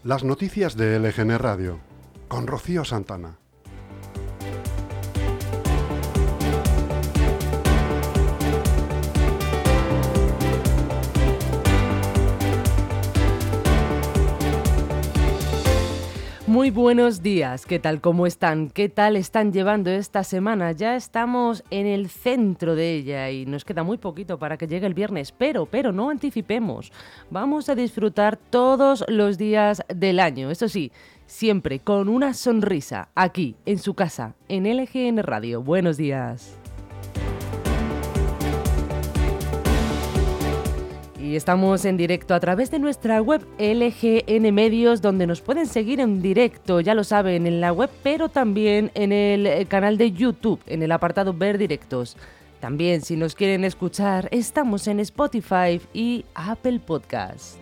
Las noticias de LGN Radio, con Rocío Santana. Muy buenos días, ¿qué tal? ¿Cómo están? ¿Qué tal están llevando esta semana? Ya estamos en el centro de ella y nos queda muy poquito para que llegue el viernes, pero no anticipemos. Vamos a disfrutar todos los días del año, eso sí, siempre con una sonrisa, aquí, en su casa, en LGN Radio. Buenos días. Y estamos en directo a través de nuestra web LGN Medios, donde nos pueden seguir en directo, ya lo saben, en la web, pero también en el canal de YouTube, en el apartado Ver Directos. También, si nos quieren escuchar, estamos en Spotify y Apple Podcast.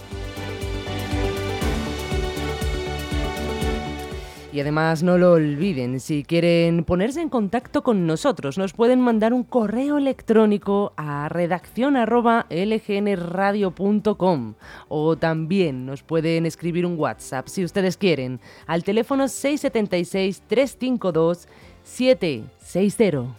Y además no lo olviden, si quieren ponerse en contacto con nosotros, nos pueden mandar un correo electrónico a redaccion@lgnradio.com o también nos pueden escribir un WhatsApp si ustedes quieren al teléfono 676 352 760.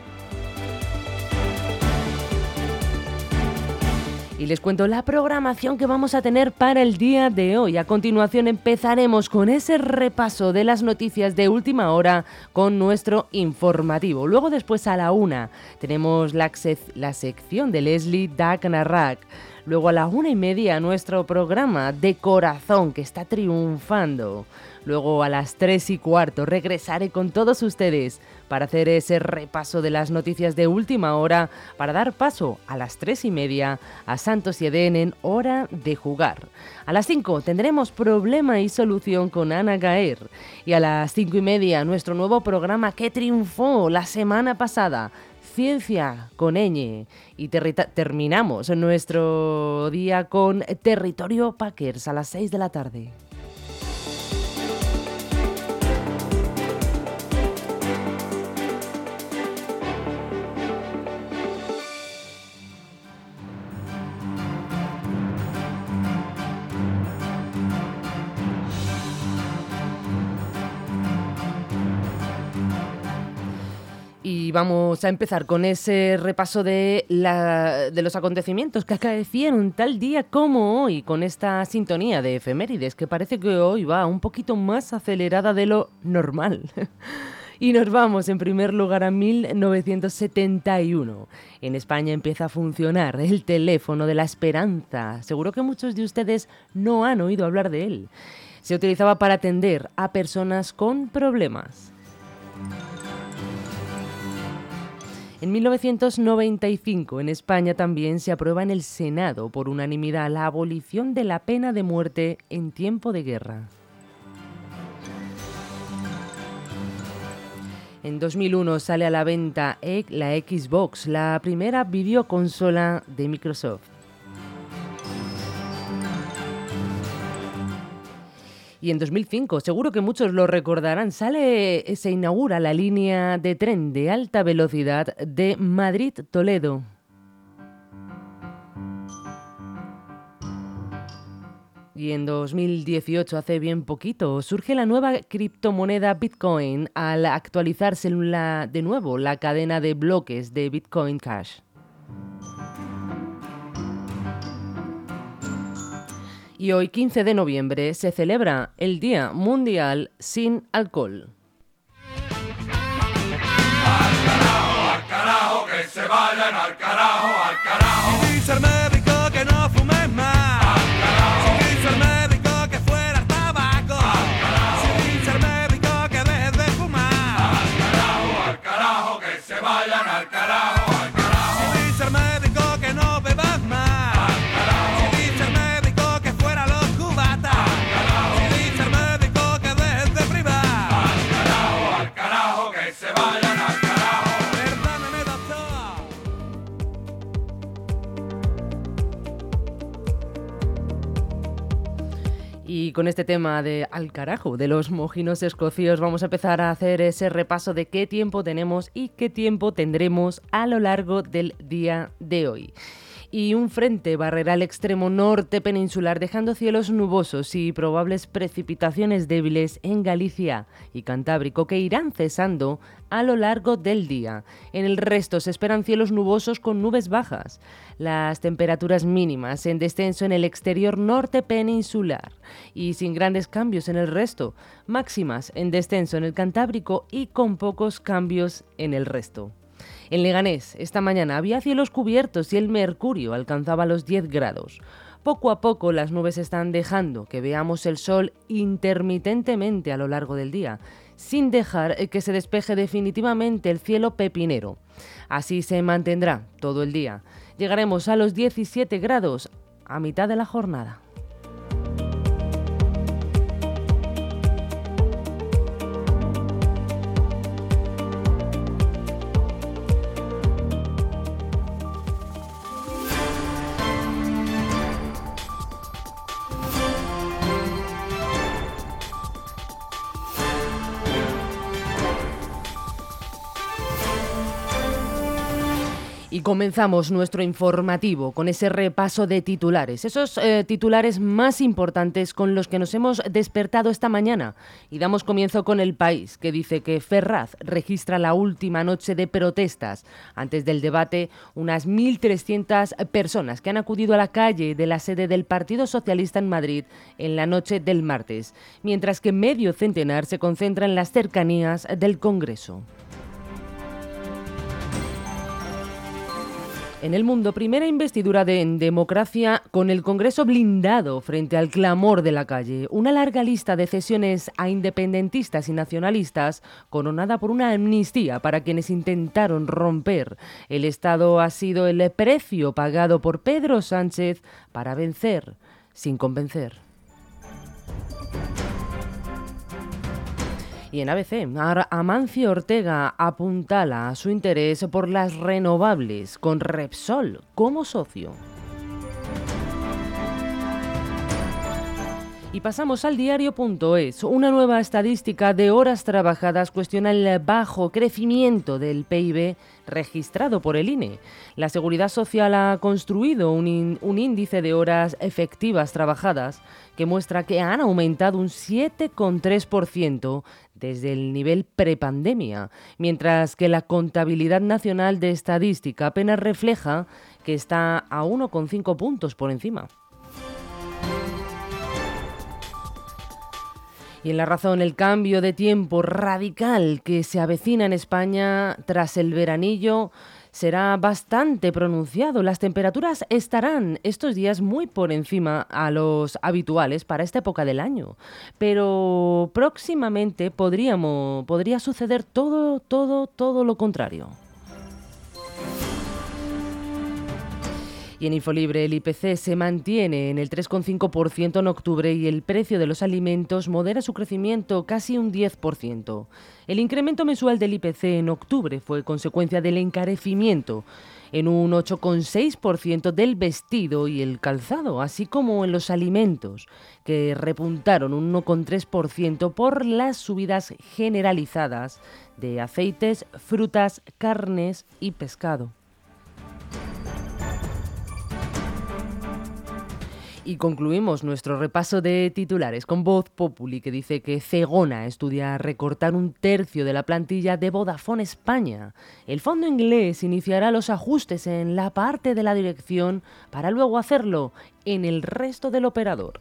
Y les cuento la programación que vamos a tener para el día de hoy. A continuación empezaremos con ese repaso de las noticias de última hora con nuestro informativo. Luego después a la 1 tenemos la sección de Leslie Dagnarrak. Luego a la 1:30 nuestro programa de corazón que está triunfando. Luego a las 3:15 regresaré con todos ustedes para hacer ese repaso de las noticias de última hora para dar paso a las 3:30 a Santos y Edén en Hora de Jugar. A las 5 tendremos Problema y Solución con Ana Gaer. Y a las 5:30 nuestro nuevo programa que triunfó la semana pasada, Ciencia con Ñ. Y terminamos nuestro día con Territorio Packers a las 6 de la tarde. Y vamos a empezar con ese repaso de los acontecimientos que acaecieron tal día como hoy, con esta sintonía de efemérides que parece que hoy va un poquito más acelerada de lo normal. Y nos vamos en primer lugar a 1971. En España empieza a funcionar el teléfono de la esperanza. Seguro que muchos de ustedes no han oído hablar de él. Se utilizaba para atender a personas con problemas. En 1995, en España también se aprueba en el Senado por unanimidad la abolición de la pena de muerte en tiempo de guerra. En 2001 sale a la venta la Xbox, la primera videoconsola de Microsoft. Y en 2005, seguro que muchos lo recordarán, se inaugura la línea de tren de alta velocidad de Madrid-Toledo. Y en 2018, hace bien poquito, surge la nueva criptomoneda Bitcoin al actualizarse de nuevo la cadena de bloques de Bitcoin Cash. Y hoy, 15 de noviembre, se celebra el Día Mundial sin Alcohol. Al carajo, que se vayan al carajo. Sin dice el médico que no fumes más. Sin dice el médico que fuera el tabaco. Sin dice el médico que dejes de fumar. Al carajo, que se vayan al carajo. Sin dice el médico que no bebas más. Y con este tema de al carajo, de los mojinos escocios, vamos a empezar a hacer ese repaso de qué tiempo tenemos y qué tiempo tendremos a lo largo del día de hoy. y un frente barrerá el extremo norte peninsular, dejando cielos nubosos y probables precipitaciones débiles en Galicia y Cantábrico, que irán cesando a lo largo del día. En el resto se esperan cielos nubosos con nubes bajas. Las temperaturas mínimas en descenso en el exterior norte peninsular y sin grandes cambios en el resto. Máximas en descenso en el Cantábrico y con pocos cambios en el resto. En Leganés, esta mañana había cielos cubiertos y el mercurio alcanzaba los 10 grados. Poco a poco las nubes están dejando que veamos el sol intermitentemente a lo largo del día, sin dejar que se despeje definitivamente el cielo pepinero. Así se mantendrá todo el día. Llegaremos a los 17 grados a mitad de la jornada. Y comenzamos nuestro informativo con ese repaso de titulares, esos titulares más importantes con los que nos hemos despertado esta mañana. Y damos comienzo con El País, que dice que Ferraz registra la última noche de protestas. Antes del debate, unas 1.300 personas que han acudido a la calle de la sede del Partido Socialista en Madrid en la noche del martes, mientras que medio centenar se concentra en las cercanías del Congreso. En El Mundo, primera investidura en democracia con el Congreso blindado frente al clamor de la calle. Una larga lista de cesiones a independentistas y nacionalistas, coronada por una amnistía para quienes intentaron romper. El Estado ha sido el precio pagado por Pedro Sánchez para vencer sin convencer. Y en ABC, Amancio Ortega apuntala su interés por las renovables, con Repsol como socio. Y pasamos al diario.es. Una nueva estadística de horas trabajadas cuestiona el bajo crecimiento del PIB registrado por el INE. La Seguridad Social ha construido un índice de horas efectivas trabajadas que muestra que han aumentado un 7,3% desde el nivel prepandemia, mientras que la Contabilidad Nacional de Estadística apenas refleja que está a 1,5 puntos por encima. Y en La Razón, el cambio de tiempo radical que se avecina en España tras el veranillo será bastante pronunciado. Las temperaturas estarán estos días muy por encima a los habituales para esta época del año. Pero próximamente podría suceder todo lo contrario. Y en Infolibre, el IPC se mantiene en el 3,5% en octubre y el precio de los alimentos modera su crecimiento casi un 10%. El incremento mensual del IPC en octubre fue consecuencia del encarecimiento en un 8,6% del vestido y el calzado, así como en los alimentos, que repuntaron un 1,3% por las subidas generalizadas de aceites, frutas, carnes y pescado. Y concluimos nuestro repaso de titulares con Voz Populi, que dice que Zegona estudia recortar un tercio de la plantilla de Vodafone España. El fondo inglés iniciará los ajustes en la parte de la dirección para luego hacerlo en el resto del operador.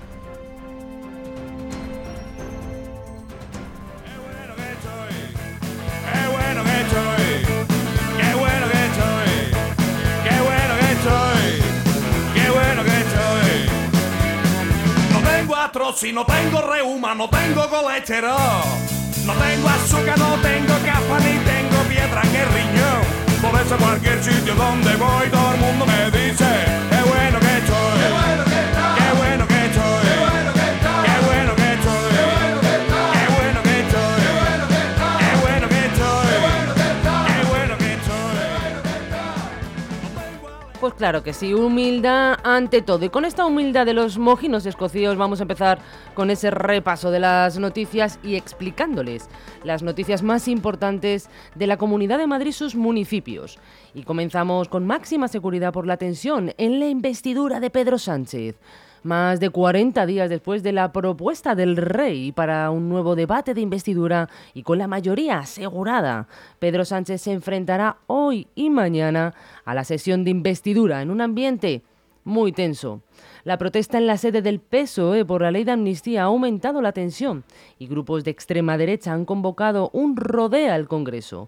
Si no tengo reuma, no tengo colesterol, no tengo azúcar, no tengo capa, ni tengo piedra en el riñón. Por eso cualquier sitio donde voy, todo el mundo me dice, qué bueno que estoy, qué bueno que estoy, qué bueno que estoy, qué bueno que estoy, qué bueno que estoy, qué bueno que estoy, qué bueno que estoy, qué bueno que estoy, qué bueno que estoy, qué bueno que estoy. Pues Claro que sí, humildad ante todo. Y con esta humildad de los mojinos escocíos vamos a empezar con ese repaso de las noticias y explicándoles las noticias más importantes de la Comunidad de Madrid y sus municipios. Y comenzamos con máxima seguridad por la tensión en la investidura de Pedro Sánchez. Más de 40 días después de la propuesta del rey para un nuevo debate de investidura y con la mayoría asegurada, Pedro Sánchez se enfrentará hoy y mañana a la sesión de investidura en un ambiente muy tenso. La protesta en la sede del PSOE por la ley de amnistía ha aumentado la tensión y grupos de extrema derecha han convocado un rodeo al Congreso.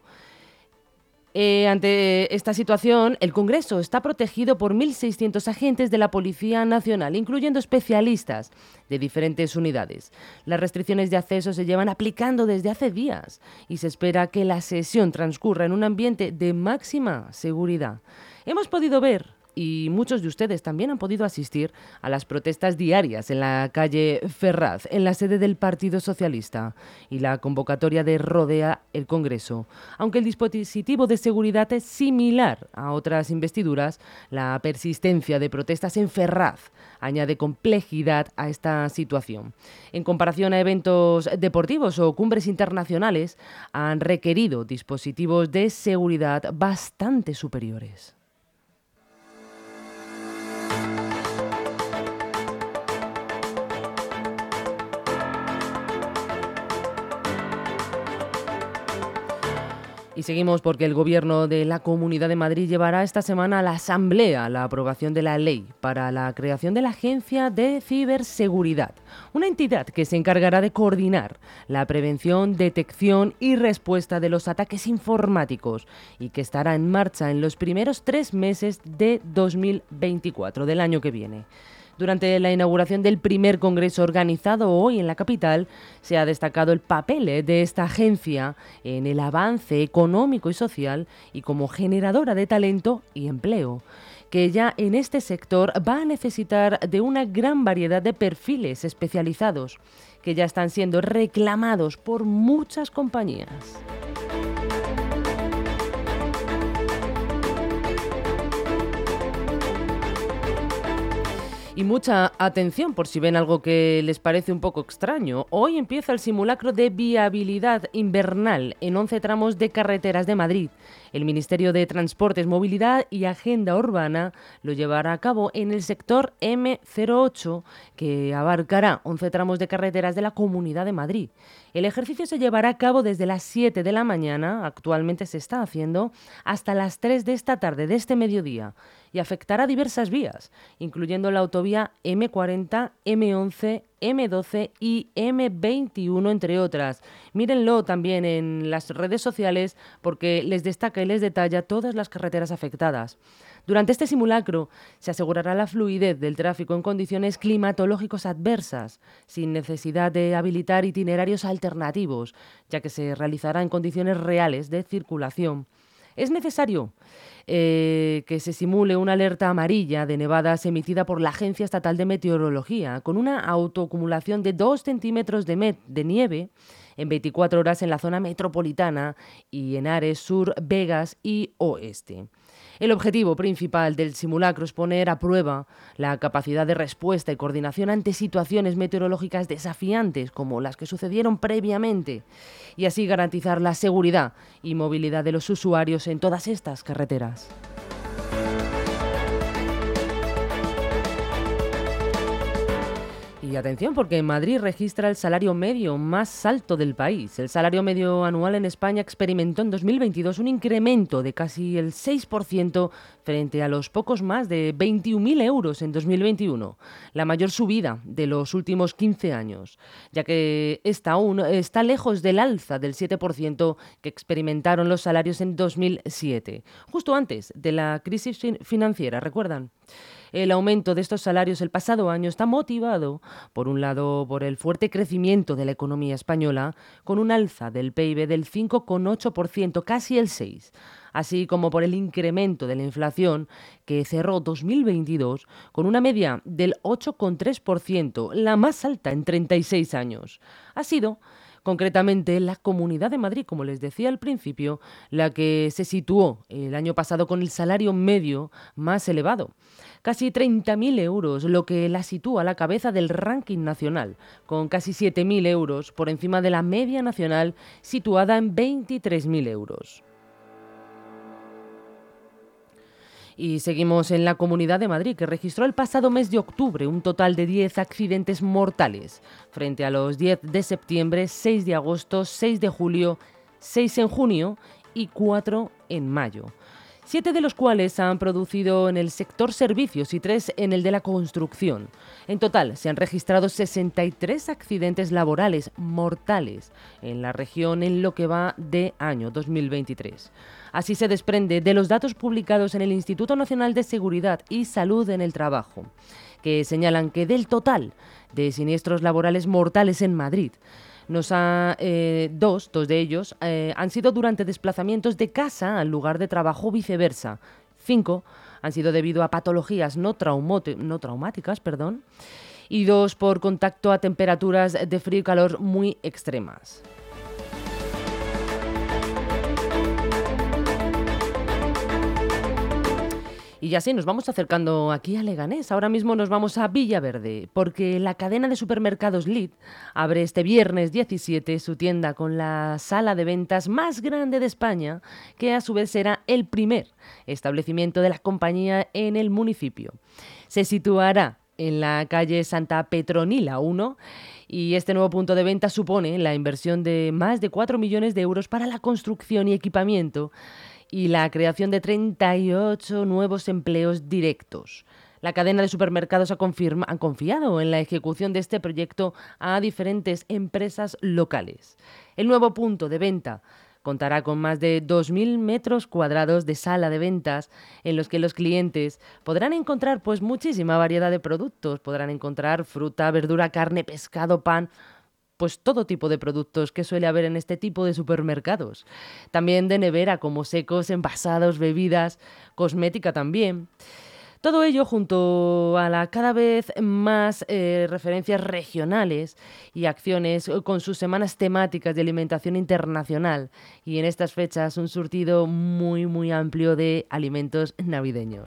Ante esta situación, el Congreso está protegido por 1.600 agentes de la Policía Nacional, incluyendo especialistas de diferentes unidades. Las restricciones de acceso se llevan aplicando desde hace días y se espera que la sesión transcurra en un ambiente de máxima seguridad. Hemos podido ver, y muchos de ustedes también han podido asistir a las protestas diarias en la calle Ferraz, en la sede del Partido Socialista, y la convocatoria de Rodea el Congreso. Aunque el dispositivo de seguridad es similar a otras investiduras, la persistencia de protestas en Ferraz añade complejidad a esta situación. En comparación a eventos deportivos o cumbres internacionales, han requerido dispositivos de seguridad bastante superiores. Y seguimos porque el Gobierno de la Comunidad de Madrid llevará esta semana a la Asamblea la aprobación de la ley para la creación de la Agencia de Ciberseguridad, una entidad que se encargará de coordinar la prevención, detección y respuesta de los ataques informáticos y que estará en marcha en los primeros 3 meses de 2024, del año que viene. Durante la inauguración del primer congreso organizado hoy en la capital, se ha destacado el papel de esta agencia en el avance económico y social y como generadora de talento y empleo, que ya en este sector va a necesitar de una gran variedad de perfiles especializados que ya están siendo reclamados por muchas compañías. Y mucha atención por si ven algo que les parece un poco extraño. Hoy empieza el simulacro de viabilidad invernal en 11 tramos de carreteras de Madrid. El Ministerio de Transportes, Movilidad y Agenda Urbana lo llevará a cabo en el sector M08, que abarcará 11 tramos de carreteras de la Comunidad de Madrid. El ejercicio se llevará a cabo desde las 7 de la mañana, actualmente se está haciendo, hasta las 3 de esta tarde, de este mediodía, y afectará diversas vías, incluyendo la autovía M40, M11, M12 y M21, entre otras. Mírenlo también en las redes sociales porque les destaca y les detalla todas las carreteras afectadas. Durante este simulacro se asegurará la fluidez del tráfico en condiciones climatológicas adversas, sin necesidad de habilitar itinerarios alternativos, ya que se realizará en condiciones reales de circulación. Es necesario que se simule una alerta amarilla de nevadas emitida por la Agencia Estatal de Meteorología, con una autoacumulación de 2 centímetros de nieve en 24 horas en la zona metropolitana y en Ares, Sur, Vegas y Oeste. El objetivo principal del simulacro es poner a prueba la capacidad de respuesta y coordinación ante situaciones meteorológicas desafiantes como las que sucedieron previamente y así garantizar la seguridad y movilidad de los usuarios en todas estas carreteras. Y atención porque Madrid registra el salario medio más alto del país. El salario medio anual en España experimentó en 2022 un incremento de casi el 6% frente a los pocos más de 21.000 euros en 2021, la mayor subida de los últimos 15 años, ya que esta aún está lejos del alza del 7% que experimentaron los salarios en 2007, justo antes de la crisis financiera, ¿recuerdan? El aumento de estos salarios el pasado año está motivado, por un lado, por el fuerte crecimiento de la economía española, con un alza del PIB del 5,8%, casi el 6%, así como por el incremento de la inflación, que cerró 2022 con una media del 8,3%, la más alta en 36 años. Ha sido Concretamente, la Comunidad de Madrid, como les decía al principio, la que se situó el año pasado con el salario medio más elevado. Casi 30.000 euros, lo que la sitúa a la cabeza del ranking nacional, con casi 7.000 euros por encima de la media nacional situada en 23.000 euros. Y seguimos en la Comunidad de Madrid, que registró el pasado mes de octubre un total de 10 accidentes mortales, frente a los 10 de septiembre, 6 de agosto, 6 de julio, 6 en junio y 4 en mayo. 7 de los cuales se han producido en el sector servicios y 3 en el de la construcción. En total, se han registrado 63 accidentes laborales mortales en la región en lo que va de año 2023. Así se desprende de los datos publicados en el Instituto Nacional de Seguridad y Salud en el Trabajo, que señalan que del total de siniestros laborales mortales en Madrid, dos de ellos han sido durante desplazamientos de casa al lugar de trabajo o viceversa. 5 han sido debido a patologías no traumáticas, y 2 por contacto a temperaturas de frío y calor muy extremas. Y así nos vamos acercando aquí a Leganés. Ahora mismo nos vamos a Villaverde, porque la cadena de supermercados Lid abre este viernes 17 su tienda con la sala de ventas más grande de España, que a su vez será el primer establecimiento de la compañía en el municipio. Se situará en la calle Santa Petronila 1 y este nuevo punto de venta supone la inversión de más de 4 millones de euros para la construcción y equipamiento y la creación de 38 nuevos empleos directos. La cadena de supermercados han confiado en la ejecución de este proyecto a diferentes empresas locales. El nuevo punto de venta contará con más de 2.000 metros cuadrados de sala de ventas en los que los clientes podrán encontrar muchísima variedad de productos. Podrán encontrar fruta, verdura, carne, pescado, pan, todo tipo de productos que suele haber en este tipo de supermercados. También de nevera, como secos, envasados, bebidas, cosmética también. Todo ello junto a la cada vez más referencias regionales y acciones con sus semanas temáticas de alimentación internacional y en estas fechas un surtido muy muy amplio de alimentos navideños.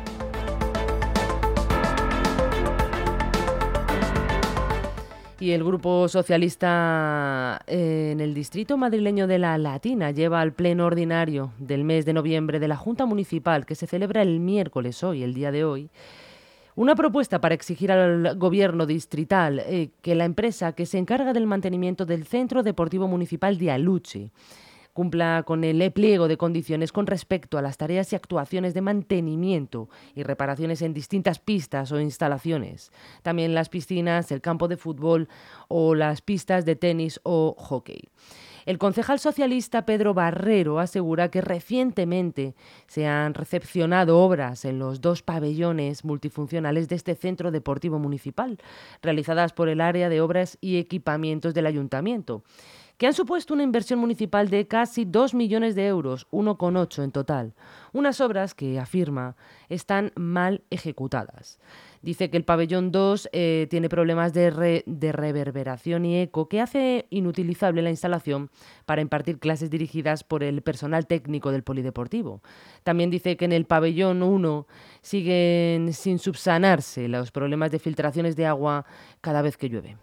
Y el Grupo Socialista en el distrito madrileño de La Latina lleva al pleno ordinario del mes de noviembre de la Junta Municipal, que se celebra el miércoles el día de hoy, una propuesta para exigir al gobierno distrital que la empresa que se encarga del mantenimiento del Centro Deportivo Municipal de Aluche cumpla con el pliego de condiciones con respecto a las tareas y actuaciones de mantenimiento y reparaciones en distintas pistas o instalaciones. También las piscinas, el campo de fútbol o las pistas de tenis o hockey. El concejal socialista Pedro Barrero asegura que recientemente se han recepcionado obras en los 2 pabellones multifuncionales de este centro deportivo municipal, realizadas por el área de obras y equipamientos del ayuntamiento, que han supuesto una inversión municipal de casi 2 millones de euros, 1,8 en total. Unas obras que, afirma, están mal ejecutadas. Dice que el pabellón 2 tiene problemas de reverberación y eco que hace inutilizable la instalación para impartir clases dirigidas por el personal técnico del polideportivo. También dice que en el pabellón 1 siguen sin subsanarse los problemas de filtraciones de agua cada vez que llueve.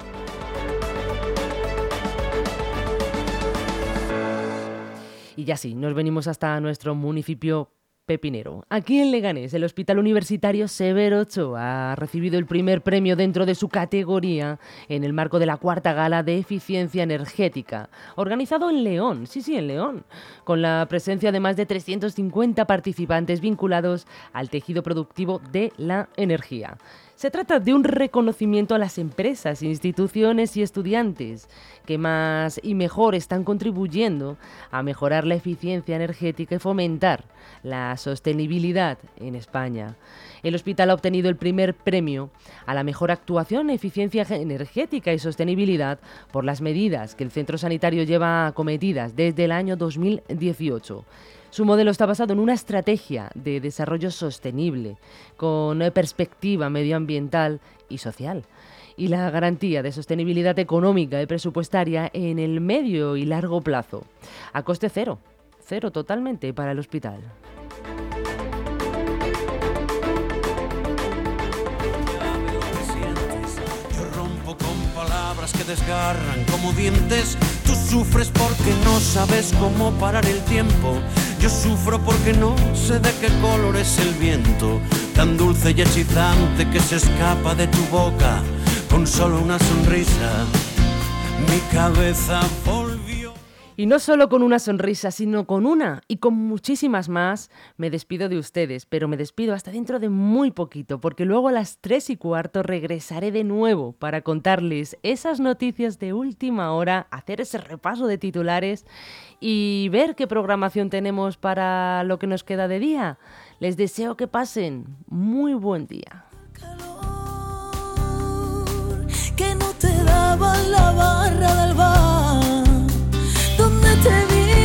Y ya sí, nos venimos hasta nuestro municipio pepinero. Aquí en Leganés, el Hospital Universitario Severo Ochoa ha recibido el primer premio dentro de su categoría en el marco de la 4ª Gala de Eficiencia Energética, organizado en León, en León, con la presencia de más de 350 participantes vinculados al tejido productivo de la energía. Se trata de un reconocimiento a las empresas, instituciones y estudiantes que más y mejor están contribuyendo a mejorar la eficiencia energética y fomentar la sostenibilidad en España. El hospital ha obtenido el primer premio a la mejor actuación en eficiencia energética y sostenibilidad por las medidas que el centro sanitario lleva acometidas desde el año 2018. Su modelo está basado en una estrategia de desarrollo sostenible, con perspectiva medioambiental y social. y la garantía de sostenibilidad económica y presupuestaria en el medio y largo plazo, a coste cero totalmente para el hospital. Que desgarran como dientes. Tú sufres porque no sabes cómo parar el tiempo. Yo sufro porque no sé de qué color es el viento, tan dulce y hechizante que se escapa de tu boca con solo una sonrisa. Mi cabeza volvió. Y no solo con una sonrisa, sino con una y con muchísimas más, me despido de ustedes, pero me despido hasta dentro de muy poquito, porque luego a las 3:15 regresaré de nuevo para contarles esas noticias de última hora, hacer ese repaso de titulares y ver qué programación tenemos para lo que nos queda de día. Les deseo que pasen muy buen día. Calor, que no te daba la barra del bar donde te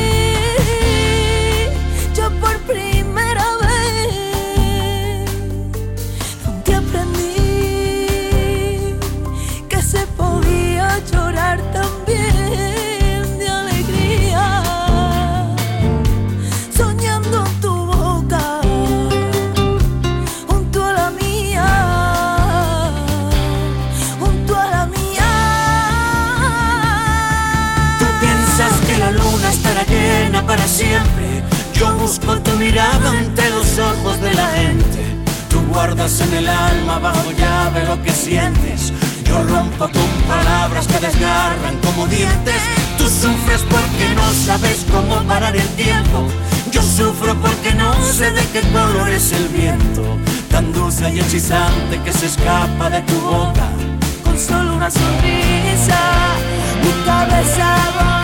vi yo por primera vez, donde aprendí que se podía llorar también de alegría, soñando en tu boca junto a la mía, junto a la mía. Tú piensas que la luna estará llena para siempre. Yo busco tu mirada entre los ojos de la gente. Tú guardas en el alma bajo llave lo que sientes. Yo rompo con palabras que desgarran como dientes. Tú sufres porque no sabes cómo parar el tiempo. Yo sufro porque no sé de qué color es el viento, tan dulce y hechizante que se escapa de tu boca Con solo una sonrisa, mi cabeza va